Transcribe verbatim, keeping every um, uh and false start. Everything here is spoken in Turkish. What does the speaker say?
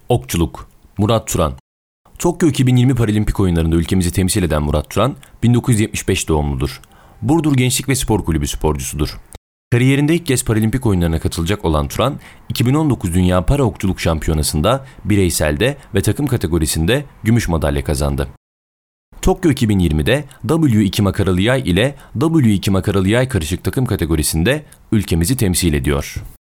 Okçuluk. Murat Turan. Tokyo iki bin yirmi Paralimpik Oyunlarında ülkemizi temsil eden Murat Turan, bin dokuz yüz yetmiş beş doğumludur. Burdur Gençlik ve Spor Kulübü sporcusudur. Kariyerinde ilk kez Paralimpik Oyunlarına katılacak olan Turan, iki bin on dokuz Dünya Para Okçuluk Şampiyonası'nda bireyselde ve takım kategorisinde gümüş madalya kazandı. Tokyo iki bin yirmide W iki makaralı yay ile W iki makaralı yay karışık takım kategorisinde ülkemizi temsil ediyor.